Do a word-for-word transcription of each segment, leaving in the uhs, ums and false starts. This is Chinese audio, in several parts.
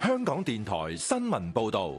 香港電台新聞報道。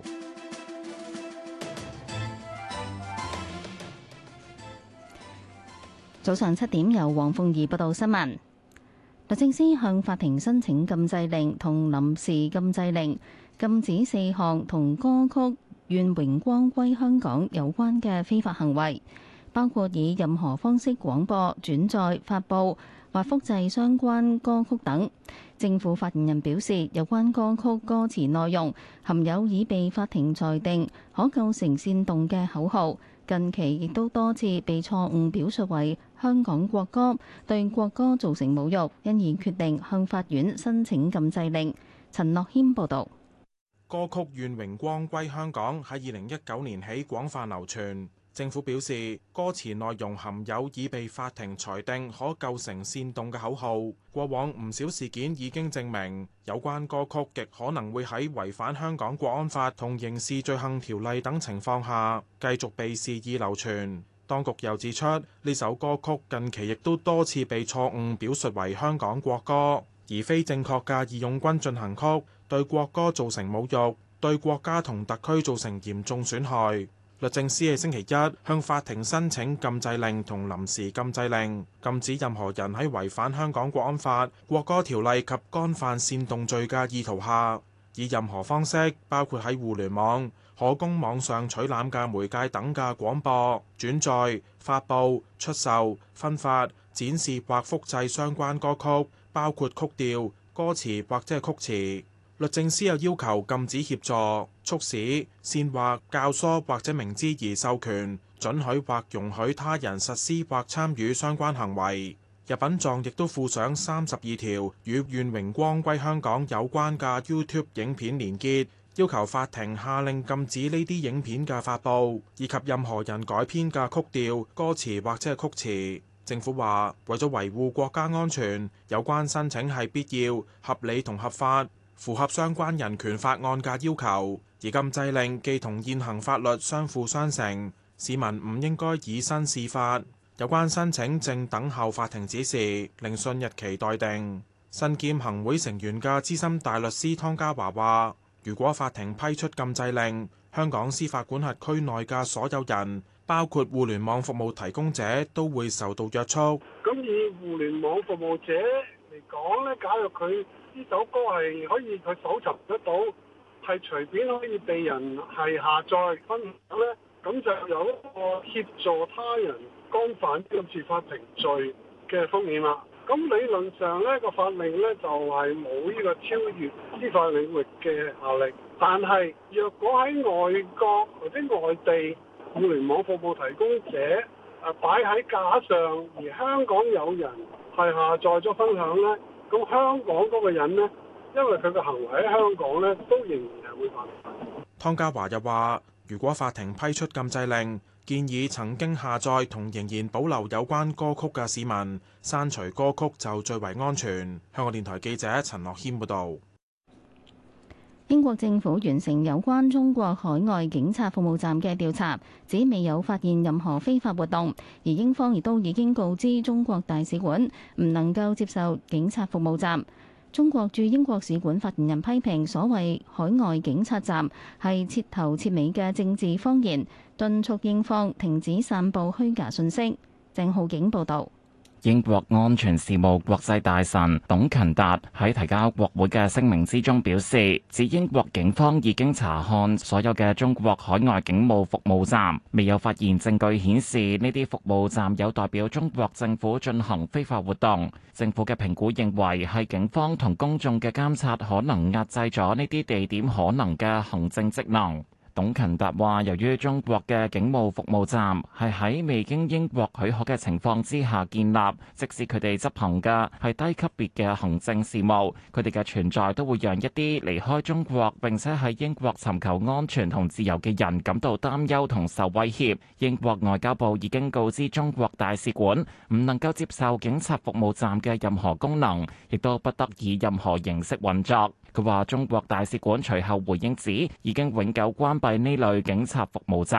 早上七點，由黃鳳儀報道新聞。律政司向法庭申請禁制令同臨時禁制令，禁止四項同歌曲《願榮光歸香港》有關嘅非法行為，包括以任何方式廣播、轉載、發布或複製相關歌曲等。政府發言人表示，有關歌曲歌詞內容含有已被法庭裁定可構成煽動嘅口號，近期亦都多次被錯誤表述為香港國歌，對國歌造成侮辱，因而決定向法院申請禁制令。陳樂軒報導。 歌曲《願榮光歸香港》喺二零一九年起廣泛流傳。政府表示，歌詞內容含有已被法庭裁定可構成煽動嘅口號。過往唔少事件已經證明，有關歌曲極可能會喺違反香港國安法同刑事罪行條例等情況下，繼續被肆意流傳。當局又指出，呢首歌曲近期亦都多次被錯誤表述為香港國歌，而非正確嘅義勇軍進行曲，對國歌造成侮辱，對國家同特區造成嚴重損害。律政司喺星期一向法庭申請禁制令同臨時禁制令，禁止任何人喺違反香港國安法、國歌條例及干犯煽動罪嘅意圖下，以任何方式，包括喺互聯網、可供網上取覽嘅媒介等嘅廣播、轉載、發布、出售、分發、展示或複製相關歌曲，包括曲調、歌詞或者係曲詞。律政司又要求禁止協助、促使、煽惑、教唆或者明知而授權、准許或容許他人實施或參與相關行為。入稟狀亦都附上三十二條與願榮光歸香港有關嘅 YouTube 影片連結，要求法庭下令禁止呢啲影片嘅發布，以及任何人改編嘅曲調、歌詞或者係曲詞。政府話，為咗維護國家安全，有關申請係必要、合理同合法，符合相關人權法案嘅要求，而禁制令既同現行法律相輔相成，市民唔應該以身試法。有關申請正等候法庭指示，聆訊日期待定。身兼行會成員嘅資深大律師湯家驊話，如果法庭批出禁制令，香港司法管轄區內嘅所有人，包括互聯網服務提供者，都會受到約束。 咁以互聯網服務者嚟講咧，假如佢呢首歌係可以佢搜尋得到，係隨便可以被人係下載分享咧，咁就有一個協助他人干犯今次法庭罪嘅風險啦。咁理論上呢個法令呢，就係冇呢個超越司法領域嘅效力，但係若果喺外國或者外地互聯網服務提供者誒擺喺架上，而香港有人係下載咗分享呢。咁香港嗰個人呢，因為佢嘅行為喺香港呢，都仍然係會犯法。 湯家驊又話，如果法庭批出禁制令，建議曾經下載同仍然保留有關歌曲嘅市民，刪除歌曲就最為安全。香港電台記者陳樂軒報導。 英國政府完成有關中國海外警察服務站嘅調查，指未有發現任何非法活動，而英方亦都已經告知中國大使館唔能夠接受警察服務站。中國駐英國使館發言人批評所謂海外警察站係徹頭徹尾嘅政治謊言，敦促英方停止散佈虛假信息。鄭浩景報導。 英國安全事務國際大臣董勤達喺提交國會嘅聲明之中表示，指英國警方已經查看所有嘅中國海外警務服務站，未有發現證據顯示呢啲服務站有代表中國政府進行非法活動。政府嘅評估認為係警方同公眾嘅監察可能壓制咗呢啲地點可能嘅行政職能。董勤達話，由於中國嘅警務服務站係喺未經英國許可嘅情況之下建立，即使佢哋執行嘅係低級別嘅行政事務，佢哋嘅存在都會讓一啲離開中國並且喺英國尋求安全同自由嘅人感到擔憂同受威脅。英國外交部已經告知中國大使館唔能夠接受警察服務站嘅任何功能，亦都不得以任何形式運作。佢話中國大使館隨後回應指，已經永久關閉呢類警察服務站。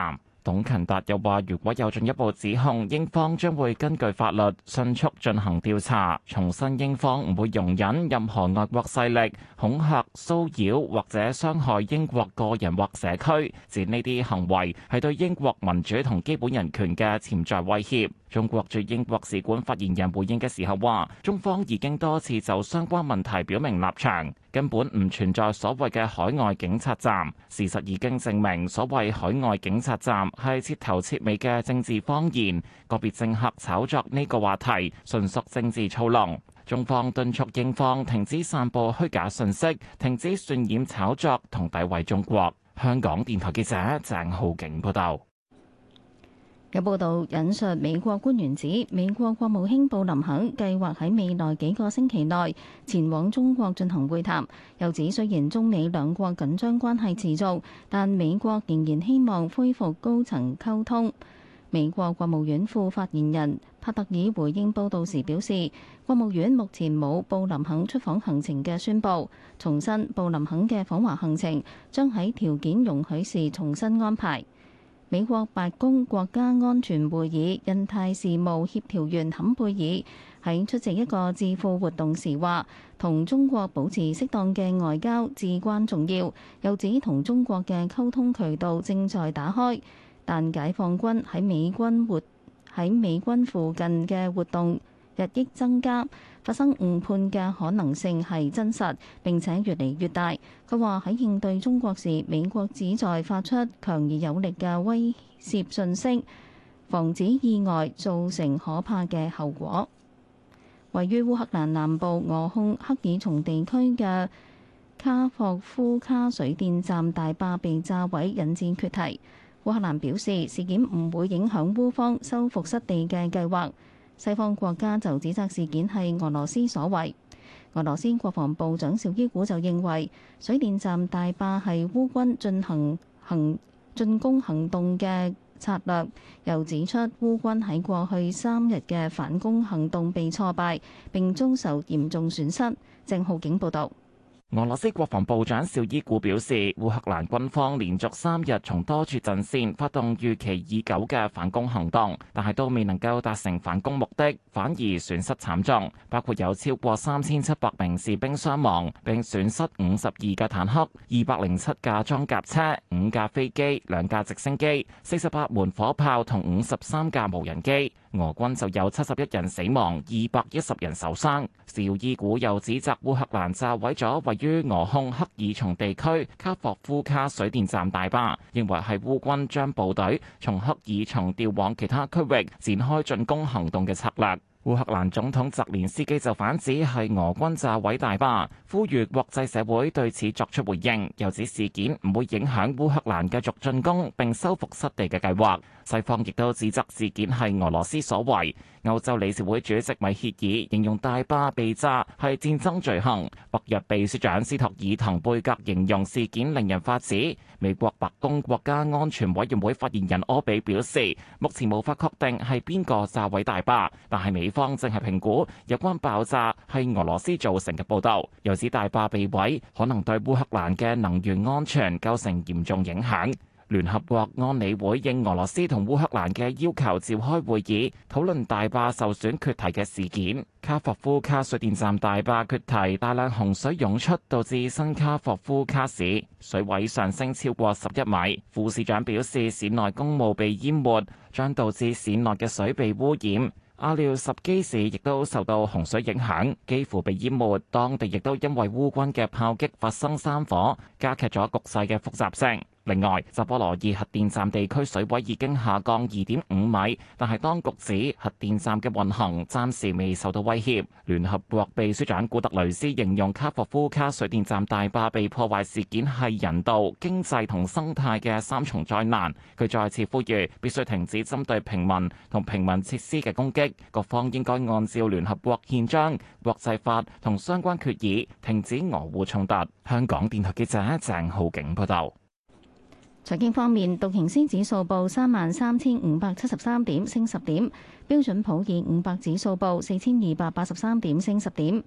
董勤達又話，如果有進一步指控，英方將會根據法律迅速進行調查。重申英方唔會容忍任何外國勢力恐嚇、騷擾或者傷害英國個人或社區，指呢啲行為係對英國民主同基本人權嘅潛在威脅。中國駐英國使館發言人回應嘅時候話，中方已經多次就相關問題表明立場，根本唔存在所謂嘅海外警察站。事實已經證明，所謂海外警察站係徹頭徹尾嘅政治謊言，個別政客炒作呢個話題，純屬政治操弄。中方敦促英方停止散佈虛假信息，停止渲染炒作同詆毀中國。香港電台記者鄭浩景報道。 有報道引述美國官員指，美國國務卿布林肯計劃喺未來幾個星期內前往中國進行會談。又指雖然中美兩國緊張關係持續，但美國仍然希望恢復高層溝通。美國國務院副發言人帕特爾回應報道時表示，國務院目前冇布林肯出訪行程嘅宣佈，重申布林肯嘅訪華行程將喺條件容許時重新安排。美國白宮國家安全會議印太事務協調員坎貝爾喺出席一個智庫活動時話，同中國保持適當嘅外交至關重要。又指同中國嘅溝通渠道正在打開，但解放軍喺美軍活喺美軍附近嘅活動日益增加，發生誤判嘅可能性係真實並且越嚟越大。佢話喺應對中國時，美國旨在發出強而有力嘅威懾訊息，防止意外造成可怕嘅後果。位於烏克蘭南部俄控克爾松地區嘅卡霍夫卡水電站大壩被炸毀，引致決堤。烏克蘭表示事件唔會影響烏方收復失地嘅計劃。西方國家就指責事件係俄羅斯所為。俄羅斯國防部長紹伊古就認為，水電站大壩係烏軍進行行進攻行動嘅策略。又指出烏軍喺過去三日嘅反攻行動被挫敗，並遭受嚴重損失。鄭浩景報導。 俄羅斯國防部長紹伊古表示，烏克蘭軍方連續三日從多處陣線發動預期已久嘅反攻行動，但係都未能夠達成反攻目的，反而損失慘重，包括有超過三千七百名士兵傷亡，並損失五十二架坦克、二百零七架裝甲車、五架飛機、兩架直升機、四十八門火炮同五十三架無人機。俄軍就有七十一人死亡，二百一十人受傷。紹伊古又指責烏克蘭炸毀咗位於俄控克爾松地區卡霍夫卡水電站大壩，認為係烏軍將部隊從克爾松調往其他區域展開進攻行動嘅策略。烏克蘭總統澤連斯基就反指係俄軍炸毀大壩，呼籲國際社會對此作出回應，又指事件唔會影響烏克蘭繼續進攻並收復失地嘅計劃。西方亦都指責事件係俄羅斯所為。歐洲理事會主席米歇爾形容大壩被炸係戰爭罪行。北約秘書長斯托爾滕貝格形容事件令人髮指。美國白宮國家安全委員會發言人柯比表示，目前無法確定係邊個炸毀大壩，但係美方正係評估有關爆炸係俄羅斯造成嘅報道。又指大壩被毀可能對烏克蘭嘅能源安全構成嚴重影響。聯合國安理會應俄羅斯同烏克蘭嘅要求召開會議，討論大壩受損決堤嘅事件。卡霍夫卡水電站大壩決堤，大量洪水湧出，導致新卡霍夫卡市水位上升超過十一米。副市長表示，市內公墓被淹沒，將導致市內嘅水被污染。阿廖什基市亦都受到洪水影響，幾乎被淹沒。當地亦都因為烏軍嘅炮擊發生山火，加劇咗局勢嘅複雜性。另外，扎波羅熱核電站地區水位已經下降二點五米，但係當局指核電站嘅運行暫時未受到威脅。聯合國秘書長古特雷斯形容卡霍夫卡水電站大壩被破壞事件係人道、經濟同生態嘅三重災難。佢再次呼籲必須停止針對平民同平民設施嘅攻擊，各方應該按照聯合國憲章、國際法同相關決議停止俄烏衝突。香港電台記者鄭浩景報道。 財經方面，道瓊斯指數報三萬三千五百七十三點，升十點；標準普爾五百指數報四千二百八十三點，升十點。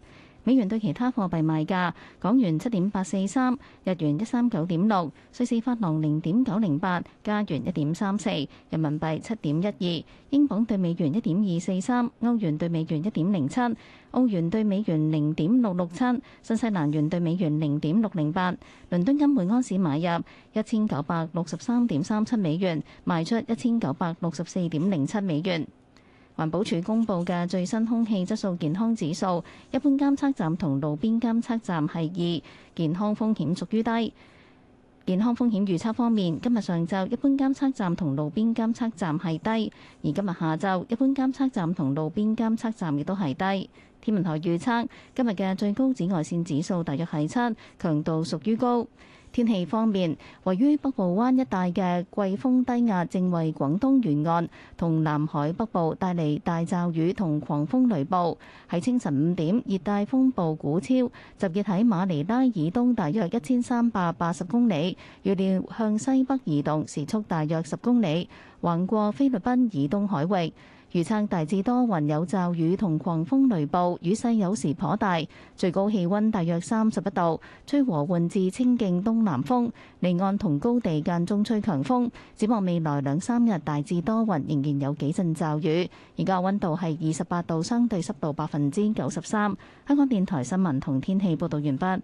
美元對其他貨幣賣價：港元七點八四三，日元一三九點六，瑞士法郎零點九零八，加元一點三四，人民幣七點一二，英鎊對美元一點二四三，歐元對美元一點零七，澳元對美元零點六六七，新西蘭元對美元零點六零八。倫敦金每安士買入一千九百六十三點三七美元，賣出一千九百六十四點零七美元。環保署公布嘅最新空氣質素健康指數，一般監測站同路邊監測站係二，健康風險屬於低。健康風險預測方面，今日上晝一般監測站同路邊監測站係低，而今日下晝一般監測站同路邊監測站亦都係低。天文台預測今日嘅最高紫外線指數大約係七，強度屬於高。天氣方面，位於北部灣一帶嘅季風低壓正為廣東沿岸同南海北部帶嚟大驟雨同狂風雷暴。喺清晨五點，熱帶風暴古超集結喺馬尼拉以東大約一千三百八十公里，預料向西北移動，時速大約十公里，橫過菲律賓以東海域。預測大致多雲有驟雨同狂風雷暴，雨勢有時頗大，最高氣温大約三十一度，吹和緩至清勁東南風，離岸同高地間中吹強風。展望未來兩三日大致多雲，仍然有幾陣驟雨。而家温度係二十八度，相對濕度百分之九十三。香港電台新聞同天氣報導完畢。